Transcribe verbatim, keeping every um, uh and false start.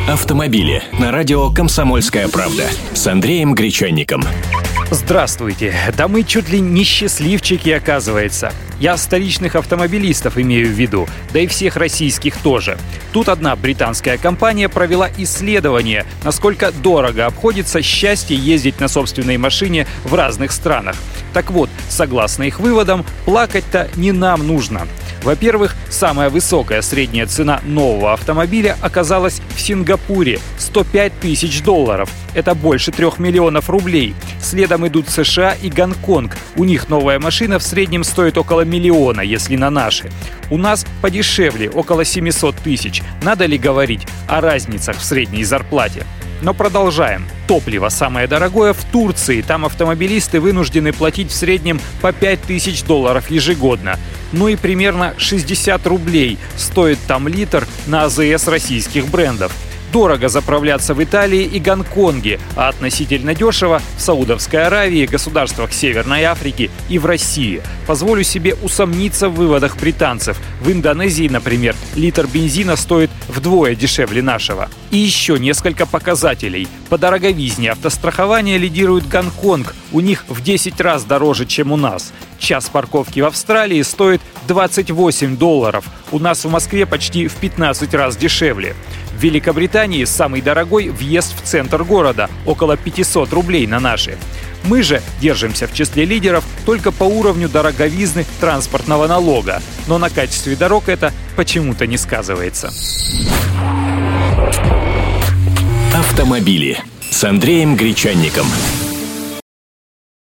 Автомобили на радио «Комсомольская правда» с Андреем Гречанником. Здравствуйте. Да мы чуть ли не счастливчики, оказывается. Я столичных автомобилистов имею в виду, да и всех российских тоже. Тут одна британская компания провела исследование, насколько дорого обходится счастье ездить на собственной машине в разных странах. Так вот, согласно их выводам, плакать-то не нам нужно. Во-первых, самая высокая средняя цена нового автомобиля оказалась в Сингапуре – сто пять тысяч долларов. Это больше трех миллионов рублей. Следом идут США и Гонконг. У них новая машина в среднем стоит около миллиона, если на наши. У нас подешевле, около семьсот тысяч. Надо ли говорить о разницах в средней зарплате? Но продолжаем. Топливо самое дорогое в Турции. Там автомобилисты вынуждены платить в среднем по пять тысяч долларов ежегодно. Ну и примерно шестьдесят рублей стоит там литр на АЗС российских брендов. Дорого заправляться в Италии и Гонконге, а относительно дешево в Саудовской Аравии, государствах Северной Африки и в России. Позволю себе усомниться в выводах британцев. В Индонезии, например, литр бензина стоит вдвое дешевле нашего. И еще несколько показателей. По дороговизне автострахования лидирует Гонконг. У них в десять раз дороже, чем у нас. Час парковки в Австралии стоит двадцать восемь долларов. У нас в Москве почти в пятнадцать раз дешевле. В Великобритании самый дорогой въезд в центр города – около пятьсот рублей на наши. Мы же держимся в числе лидеров только по уровню дороговизны транспортного налога. Но на качестве дорог это почему-то не сказывается. Автомобили с Андреем Гречанником.